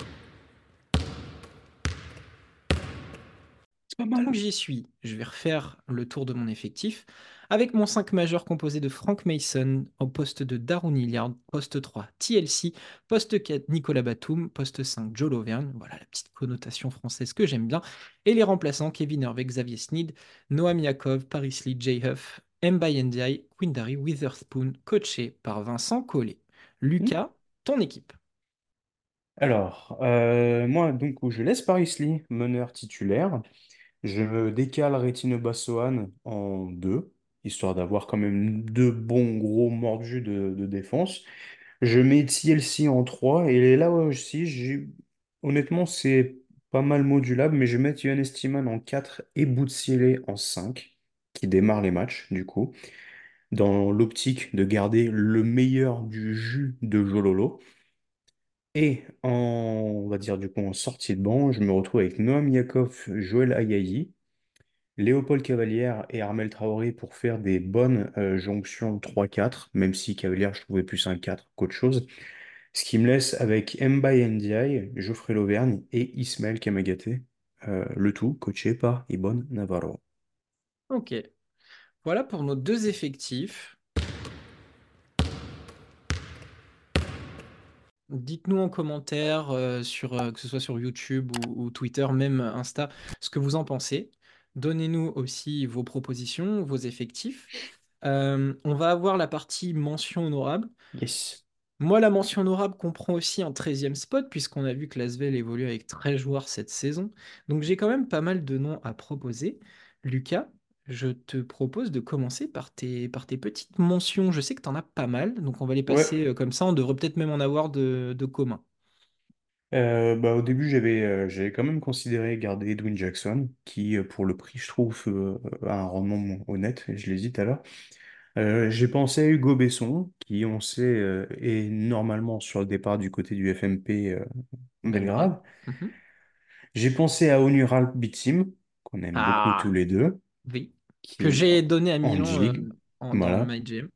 C: C'est pas
B: Tant
C: mal.
B: que j'y suis, je vais refaire le tour de mon effectif avec mon 5 majeur composé de Frank Mason au poste de Darun Hilliard, poste 3 TLC, poste 4 Nicolas Batum, poste 5 Joe Lovern, voilà la petite connotation française que j'aime bien, et les remplaçants Kevin Hervé, Xavier Sneed, Noam Yakov, Paris Lee, Jay Huff, Mbaye Ndiaye, Quinndary Witherspoon, coaché par Vincent Collet.
C: Hmm.
B: Lucas, ton équipe.
C: Alors, moi, donc, où je laisse Paris Lee, meneur titulaire, je me décale Retino Bassoane en 2, histoire d'avoir quand même deux bons gros mordus de défense. Je mets TLC en 3 et là aussi, honnêtement, c'est pas mal modulable, mais je vais mettre Yohann Estiman en 4 et Boutsielé en 5, qui démarre les matchs, du coup, dans l'optique de garder le meilleur du jus de Jololo. Et on va dire du coup en sortie de banc, je me retrouve avec Noam Yakov, Joël Ayayi, Léopold Cavalière et Armel Traoré pour faire des bonnes jonctions 3-4, même si Cavalière, je trouvais plus un 4 qu'autre chose. Ce qui me laisse avec Mbaye Ndiaye, Geoffrey Lauvergne et Ismaël Kamagaté, le tout coaché par Ibon Navarro.
B: Ok, voilà pour nos deux effectifs. Dites-nous en commentaire, que ce soit sur YouTube ou Twitter, même Insta, ce que vous en pensez. Donnez-nous aussi vos propositions, vos effectifs. On va avoir la partie mention honorable.
C: Yes.
B: Moi, la mention honorable comprend aussi un 13e spot, puisqu'on a vu que l'Asvel évolue avec 13 joueurs cette saison. Donc j'ai quand même pas mal de noms à proposer. Lucas, je te propose de commencer par tes petites mentions. Je sais que tu en as pas mal, donc on va les
C: Ouais.
B: passer comme ça. On devrait peut-être même en avoir de commun.
C: Bah, au début, j'avais quand même considéré garder Edwin Jackson, qui, pour le prix, je trouve, a un rendement honnête, et je l'ai dit tout à l'heure. J'ai pensé à Hugo Besson, qui, on sait, est normalement sur le départ du côté du FMP
B: Belgrade.
C: Belgrade.
B: Mhm.
C: J'ai pensé à Onural Bitim, qu'on aime beaucoup tous
B: Ah,
C: les deux,
B: oui. Que
C: qui est
B: j'ai donné à
C: en
B: Milan
C: G-League.
B: dans
C: Voilà.
B: My GM.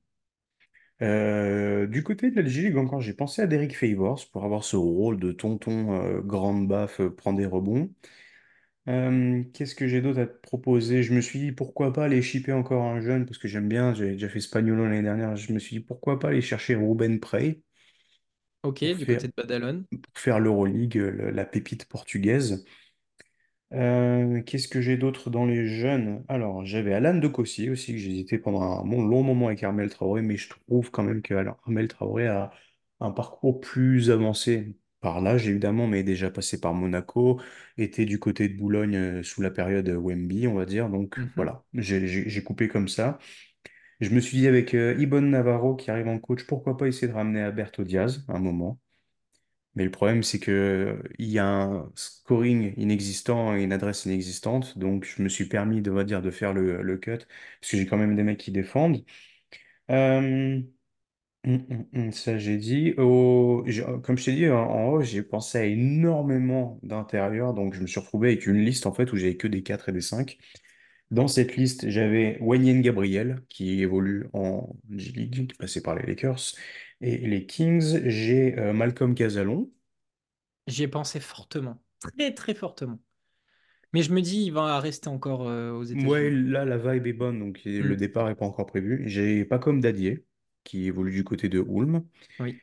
C: Du côté de la G-League encore, j'ai pensé à Derek Favors pour avoir ce rôle de tonton grande baffe, prend des rebonds. Qu'est-ce que j'ai d'autre à te proposer? Je me suis dit pourquoi pas aller shipper encore un jeune parce que j'aime bien, j'ai déjà fait Spagnolo l'année dernière. Je me suis dit pourquoi pas aller chercher Ruben Prey
B: Ok,
C: pour
B: du
C: faire,
B: côté de Badalone.
C: pour faire l'Euroleague, la pépite portugaise. Qu'est-ce que j'ai d'autre dans les jeunes? Alors, j'avais Alan de Cossier aussi, que j'ai hésité pendant un long moment avec Armel Traoré, mais je trouve quand même que Armel Traoré a un parcours plus avancé par l'âge, évidemment, mais est déjà passé par Monaco, était du côté de Boulogne sous la période Wemby, on va dire. Donc
B: Mhm.
C: voilà, j'ai coupé comme ça. Je me suis dit avec Ibon Navarro qui arrive en coach, pourquoi pas essayer de ramener Alberto Diaz à un moment. Mais le problème, c'est que il y a un scoring inexistant et une adresse inexistante. Donc, je me suis permis, on va dire, de faire le cut, parce que j'ai quand même des mecs qui défendent. Euh, ça, j'ai dit. Comme je t'ai dit, en haut, j'ai pensé à énormément d'intérieurs. Donc, je me suis retrouvé avec une liste, en fait, où j'avais que des 4 et des 5. Dans cette liste, j'avais Wenyen Gabriel, qui évolue en G-League, qui passait par les Lakers et les Kings. J'ai Malcolm Casalon.
B: J'y ai pensé fortement. Très, très fortement. Mais je me dis, il va rester encore aux
C: Ouais,
B: États-Unis.
C: là, la vibe est bonne, donc le
B: Hmm.
C: départ n'est pas encore prévu. J'ai pas comme Dadier, qui évolue du côté de Ulm.
B: Oui,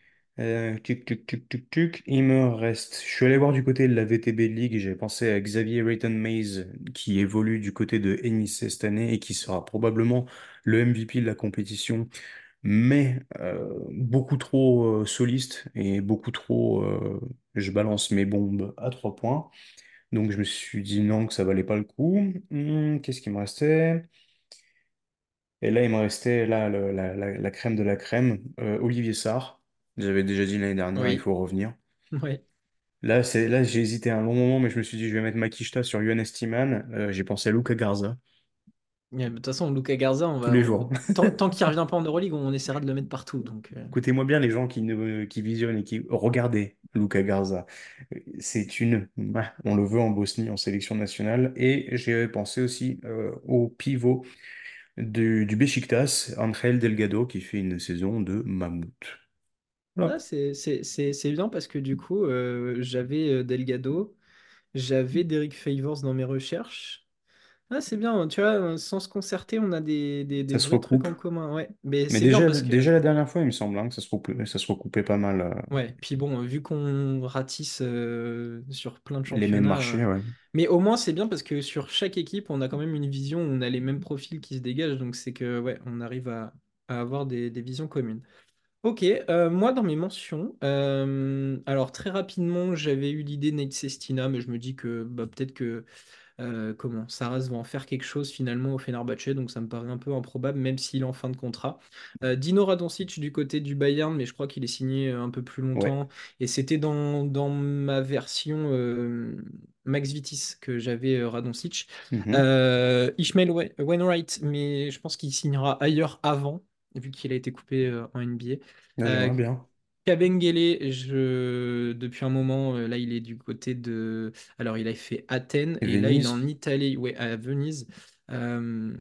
C: Il me reste. Je suis allé voir du côté de la VTB League et j'ai pensé à Xavier Rayton Mays, qui évolue du côté de Nice cette année et qui sera probablement le MVP de la compétition, mais beaucoup trop soliste et beaucoup trop. Je balance mes bombes à 3 points. Donc je me suis dit non, que ça valait pas le coup. Qu'est-ce qui me restait? Et là, il me restait là, la crème de la crème, Olivier Sarr. J'avais déjà dit l'année dernière, il
B: oui,
C: faut revenir.
B: oui.
C: Là, j'ai hésité un long moment, mais je me suis dit, je vais mettre Makishta sur Yohannes Timan. J'ai pensé à Luka Garza,
B: De toute façon, Luka Garza,
C: tous les jours.
B: tant qu'il revient pas en Euroleague, on essaiera de le mettre partout. Donc,
C: Écoutez-moi bien, les gens qui visionnent et qui regardez Luka Garza. C'est une. On le veut en Bosnie, en sélection nationale. Et j'ai pensé aussi au pivot du Beşiktaş, Ángel Delgado, qui fait une saison de mammouth.
B: ah,
C: Voilà.
B: c'est bien parce que du coup, j'avais Delgado, j'avais Derek Favors dans mes recherches. Ah, c'est bien, tu vois, sans se concerter, on a des
C: Ça se
B: vrais trucs
C: recoupe.
B: en commun. Ouais, mais
C: Mais
B: c'est bien
C: déjà,
B: parce que,
C: déjà la dernière fois, il me semble hein, que ça se recoupait pas mal
B: ouais, puis bon, vu qu'on ratisse sur plein de
C: les mêmes
B: championnats,
C: marchés. Ouais.
B: mais au moins c'est bien parce que sur chaque équipe, on a quand même une vision, on a les mêmes profils qui se dégagent, donc c'est que, ouais, on arrive à avoir des visions communes. Ok, moi dans mes mentions, alors très rapidement, j'avais eu l'idée Nate Sestina, mais je me dis que bah, peut-être que Saras va en faire quelque chose finalement au Fenerbahçe, donc ça me paraît un peu improbable, même s'il est en fin de contrat. Dino Radonjic du côté du Bayern, mais je crois qu'il est signé un peu plus
C: Ouais.
B: longtemps, et c'était dans ma version Max Vitis que j'avais Radonjic.
C: Mhm.
B: Ishmael Wainwright, mais je pense qu'il signera ailleurs avant, vu qu'il a été coupé en NBA.
C: Là,
B: Euh,
C: j'aimerais bien.
B: Kabengele, depuis un moment, là, il est du côté de. Alors, il a fait Athènes
C: Et
B: et là, il est en
C: Venise.
B: Italie, ouais, à Venise. Euh,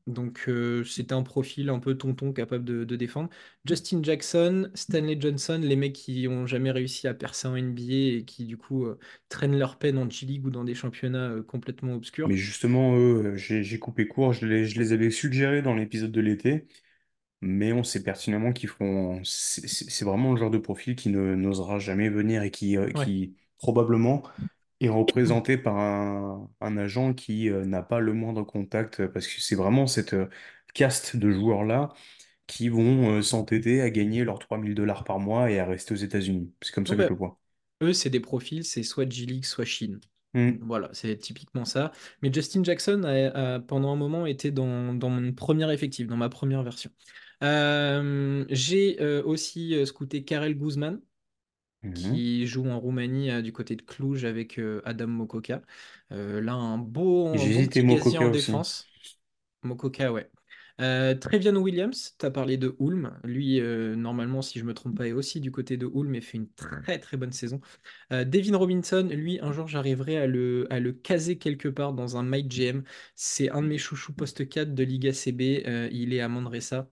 B: c'était un profil un peu tonton capable de défendre. Justin Jackson, Stanley Johnson, les mecs qui ont jamais réussi à percer en NBA et qui, du coup, traînent leur peine en G-League ou dans des championnats complètement
C: Mais
B: obscurs.
C: justement, eux, j'ai coupé court. Je les avais suggérés dans l'épisode de l'été. Mais on sait pertinemment qu'ils feront. C'est vraiment le genre de profil qui n'osera jamais venir et
B: Ouais.
C: qui probablement est représenté par un agent qui n'a pas le moindre contact parce que c'est vraiment cette caste de joueurs-là qui vont s'entêter à gagner leurs 3000 $ par mois et à rester aux États-Unis. C'est comme
B: Bon,
C: ça que je
B: bah,
C: le vois.
B: eux, c'est des profils, c'est soit G-League, soit Chine.
C: Hmm.
B: Voilà, c'est typiquement ça. Mais Justin Jackson pendant un moment été dans mon premier effectif, dans ma première version. J'ai aussi scouté Karel Guzman.
C: Mhm.
B: qui joue en Roumanie du côté de Cluj avec Adam Mokoka. Là, un
C: J'ai
B: bon
C: hésité
B: petit gazier
C: Mokoka
B: en
C: aussi.
B: défense. Mokoka, ouais. Trevion Williams, tu as parlé de Ulm. Lui, normalement, si je me trompe pas, est aussi du côté de Ulm et fait une très très bonne saison. Devin Robinson, lui, un jour, j'arriverai à le caser quelque part dans un My GM. C'est un de mes chouchous post 4 de Liga CB. Il est à Manresa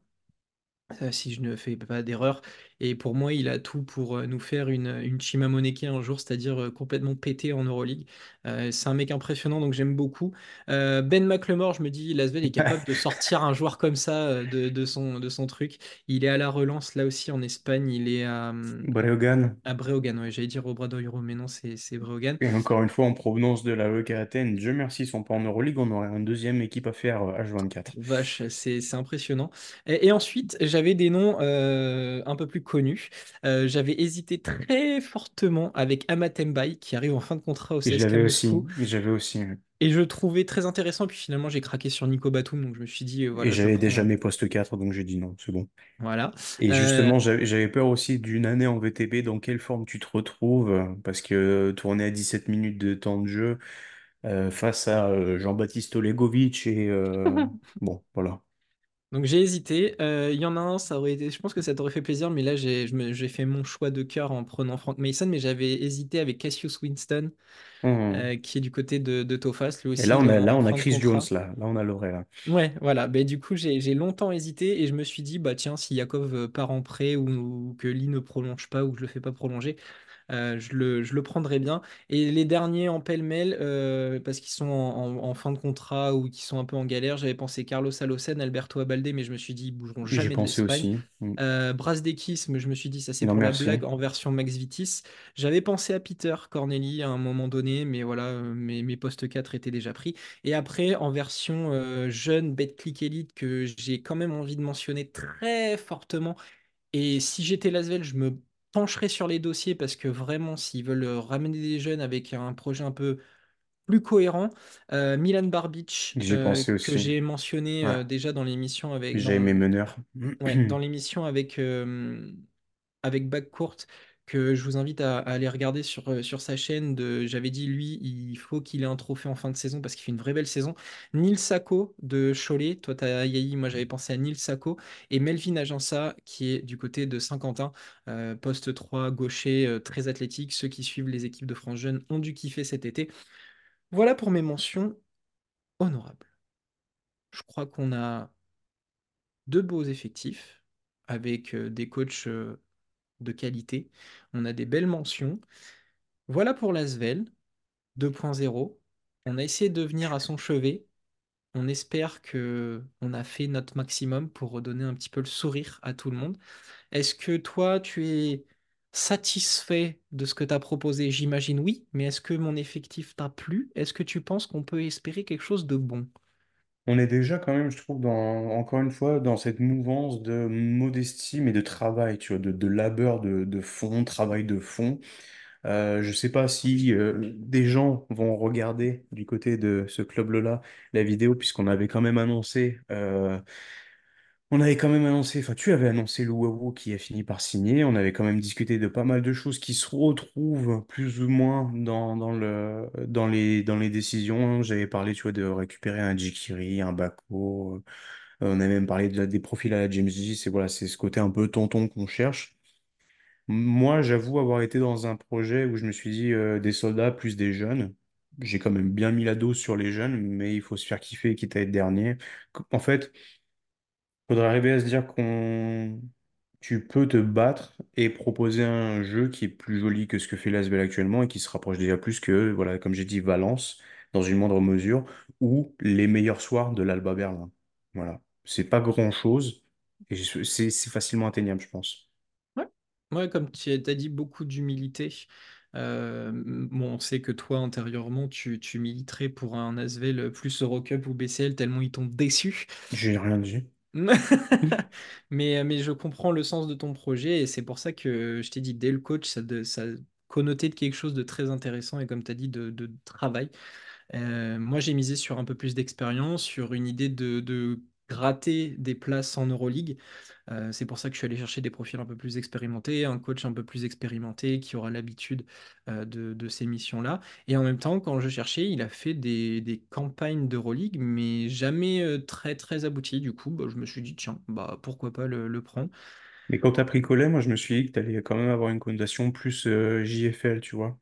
B: si je ne fais pas d'erreur. Et pour moi, il a tout pour nous faire une Chima Moneke un jour, c'est-à-dire complètement pété en Euroleague. C'est un mec impressionnant, donc j'aime beaucoup. Ben McLemore, je me dis, Lasvel est capable de sortir un joueur comme ça de son truc. Il est à la relance, là aussi, en Espagne. Il est
C: Breogan.
B: à Breogan. Ouais, j'allais dire Obradoiro, mais non, c'est Breogan.
C: Et encore une fois, en provenance de la EK Athènes, Dieu merci, ils sont pas en Euroleague, on aurait une deuxième équipe à faire H24.
B: Vache, c'est impressionnant. Et ensuite, j'avais des noms un peu plus connus. J'avais hésité très fortement avec Amatembai, qui arrive en fin de contrat au
C: Et je
B: CSKA
C: l'avais aussi,
B: Moscou.
C: j'avais aussi.
B: Et je le trouvais très intéressant. Puis finalement, j'ai craqué sur Nico Batum. Donc je me suis dit,
C: Et
B: voilà, je
C: j'avais déjà
B: prends.
C: mes postes 4, donc j'ai dit non, c'est bon.
B: Voilà.
C: Et
B: Euh,
C: justement, j'avais peur aussi d'une année en VTB, dans quelle forme tu te retrouves, parce que tourner à 17 minutes de temps de jeu face à Jean-Baptiste Olegovic et bon, voilà.
B: donc j'ai hésité. Il y en a un, ça aurait été. Je pense que ça t'aurait fait plaisir, mais là, j'ai fait mon choix de cœur en prenant Frank Mason. Mais j'avais hésité avec Cassius Winston,
C: Hum.
B: qui est du côté de Tofas. Lui
C: Et
B: aussi, il est
C: là,
B: en
C: on a
B: fin de
C: Chris Jones,
B: contrat.
C: là on a l'oreille, là.
B: Ouais, voilà. Ben, du coup, j'ai longtemps hésité et je me suis dit, bah tiens, si Yakov part en prêt ou que Lee ne prolonge pas ou que je le fais pas prolonger, je le prendrais bien. Et les derniers en pêle-mêle, parce qu'ils sont en fin de contrat ou qui sont un peu en galère, j'avais pensé Carlos Alocen, Alberto Abalde, mais je me suis dit, ils bougeront
C: J'y
B: jamais de
C: pensais
B: l'Espagne.
C: aussi.
B: Brasdeikis, mais je me suis dit, ça c'est
C: Non,
B: pour la
C: merci.
B: blague, en version Max Vitis. J'avais pensé à Peter Corneli à un moment donné, mais voilà, mes postes 4 étaient déjà pris. Et après, en version jeune, Betclic Elite, que j'ai quand même envie de mentionner très fortement, et si j'étais Lasvel, je me pencherais sur les dossiers parce que vraiment, s'ils veulent ramener des jeunes avec un projet un peu plus cohérent, Milan Barbic,
C: J'y pensais
B: que
C: aussi.
B: j'ai mentionné
C: Ouais.
B: déjà dans l'émission
C: J'ai aimé meneur.
B: ouais, dans l'émission avec Backcourt, que je vous invite à aller regarder sur sa chaîne. J'avais dit, lui, il faut qu'il ait un trophée en fin de saison parce qu'il fait une vraie belle saison. Neil Sako de Cholet, toi, t'as Yahi, moi j'avais pensé à Neil Sako, et Melvin Agença, qui est du côté de Saint-Quentin, poste 3 gaucher, très athlétique. Ceux qui suivent les équipes de France Jeunes ont dû kiffer cet été. Voilà pour mes mentions honorables. Je crois qu'on a deux beaux effectifs avec des coachs de qualité. On a des belles mentions. Voilà pour l'Asvel 2.0. On a essayé de venir à son chevet. On espère que on a fait notre maximum pour redonner un petit peu le sourire à tout le monde. Est-ce que toi, tu es satisfait de ce que tu as proposé? J'imagine oui, mais est-ce que mon effectif t'a plu? Est-ce que tu penses qu'on peut espérer quelque chose de bon?
C: On est déjà quand même, je trouve, encore une fois, dans cette mouvance de modestie, mais de travail, tu vois, de labeur de fond, travail de fond. Je sais pas si des gens vont regarder du côté de ce club-là la vidéo, puisqu'on avait quand même annoncé enfin tu avais annoncé Luwawu qui a fini par signer, on avait quand même discuté de pas mal de choses qui se retrouvent plus ou moins dans les décisions. J'avais parlé, tu vois, de récupérer un Jikiri, un Bako, on a même parlé des profils à la James J, c'est voilà, c'est ce côté un peu tonton qu'on cherche. Moi, j'avoue avoir été dans un projet où je me suis dit des soldats plus des jeunes. J'ai quand même bien mis la dose sur les jeunes, mais il faut se faire kiffer quitte à être dernier. En fait, faudrait arriver à se dire qu'on tu peux te battre et proposer un jeu qui est plus joli que ce que fait l'ASBEL actuellement et qui se rapproche déjà plus que, voilà, comme j'ai dit, Valence, dans une moindre mesure, ou les meilleurs soirs de l'Alba Berlin. Voilà. C'est pas grand-chose et c'est facilement atteignable, je pense.
B: Ouais, ouais, comme tu as dit, beaucoup d'humilité. Bon, on sait que toi, intérieurement, tu militerais pour un Asvel plus Eurocup ou BCL tellement ils t'ont déçu.
C: J'ai rien dit.
B: Mais je comprends le sens de ton projet et c'est pour ça que je t'ai dit, dès le coach, ça connotait de quelque chose de très intéressant et comme tu as dit, de travail. Moi, j'ai misé sur un peu plus d'expérience, sur une idée de gratter des places en Euroleague. C'est pour ça que je suis allé chercher des profils un peu plus expérimentés, un coach un peu plus expérimenté qui aura l'habitude de ces missions-là. Et en même temps, quand je cherchais, il a fait des campagnes d'Euroleague, mais jamais très très abouties. Du coup, bah, je me suis dit, tiens, bah, pourquoi pas le prendre.
C: Mais quand t'as pris Collet, moi je me suis dit que t'allais quand même avoir une connotation plus JFL, tu vois.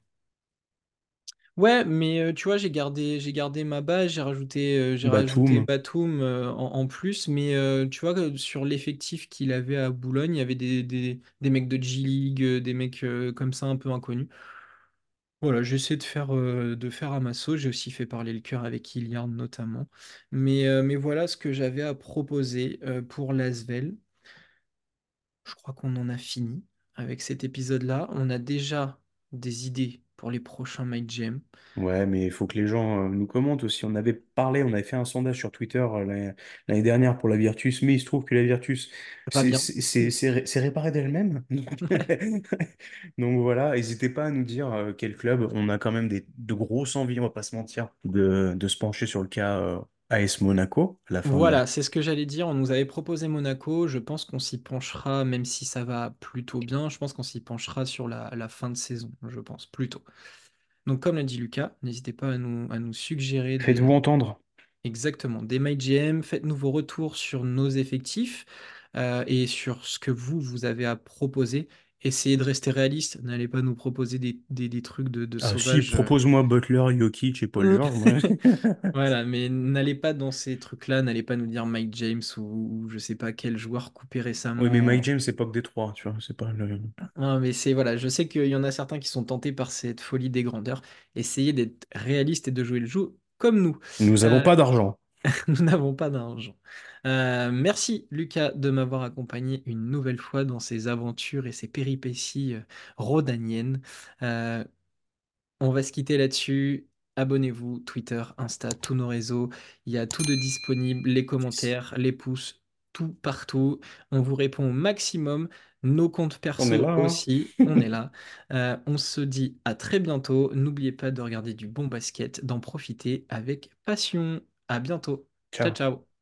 B: Ouais, mais tu vois, j'ai gardé ma base, j'ai rajouté
C: Batum.
B: Batum en plus, mais tu vois, que sur l'effectif qu'il avait à Boulogne, il y avait des mecs de G-League, des mecs comme ça un peu inconnus. Voilà, j'essaie de faire à ma sauce. J'ai aussi fait parler le cœur avec Iliard notamment. Mais voilà ce que j'avais à proposer pour l'Asvel. Je crois qu'on en a fini avec cet épisode-là. On a déjà des idées pour les prochains My Jam.
C: Ouais, mais il faut que les gens nous commentent aussi. On avait parlé, on avait fait un sondage sur Twitter l'année dernière pour la Virtus, mais il se trouve que la Virtus,
B: Va bien.
C: c'est réparé d'elle-même. Donc voilà, n'hésitez pas à nous dire quel club. On a quand même de grosses envies, on va pas se mentir, de se pencher sur le cas AS Monaco à la fin de la...
B: Voilà, c'est ce que j'allais dire. On nous avait proposé Monaco. Je pense qu'on s'y penchera, même si ça va plutôt bien. Je pense qu'on s'y penchera sur la fin de saison, je pense, plutôt. Donc, comme l'a dit Lucas, n'hésitez pas à nous suggérer
C: Faites-vous entendre.
B: exactement des MyGM. Faites-nous vos retours sur nos effectifs et sur ce que vous avez à proposer. Essayez de rester réaliste. N'allez pas nous proposer des trucs de
C: Ah si,
B: sauvages.
C: propose-moi Butler, Jokic et Paul George. Moi.
B: Voilà, mais n'allez pas dans ces trucs-là, n'allez pas nous dire Mike James ou je sais pas quel joueur coupé
C: Oui, mais Mike
B: récemment.
C: James, c'est pas que des trois, tu vois, c'est pas le...
B: Non, mais c'est voilà, je sais qu'il y en a certains qui sont tentés par cette folie des grandeurs. Essayez d'être réaliste et de jouer le jeu comme nous.
C: Nous avons
B: Euh,
C: pas d'argent.
B: nous n'avons pas d'argent. Merci Lucas de m'avoir accompagné une nouvelle fois dans ces aventures et ces péripéties rhodaniennes. Euh, On va se quitter là-dessus. Abonnez-vous, Twitter, Insta, tous nos réseaux. Il y a tout de disponible, les commentaires, les pouces, tout partout. On vous répond au maximum. Nos comptes
C: On est là,
B: perso
C: hein.
B: aussi, on est là. On se dit à très bientôt. N'oubliez pas de regarder du bon basket, d'en profiter avec passion. À bientôt. Ciao,
C: Ciao.
B: ciao.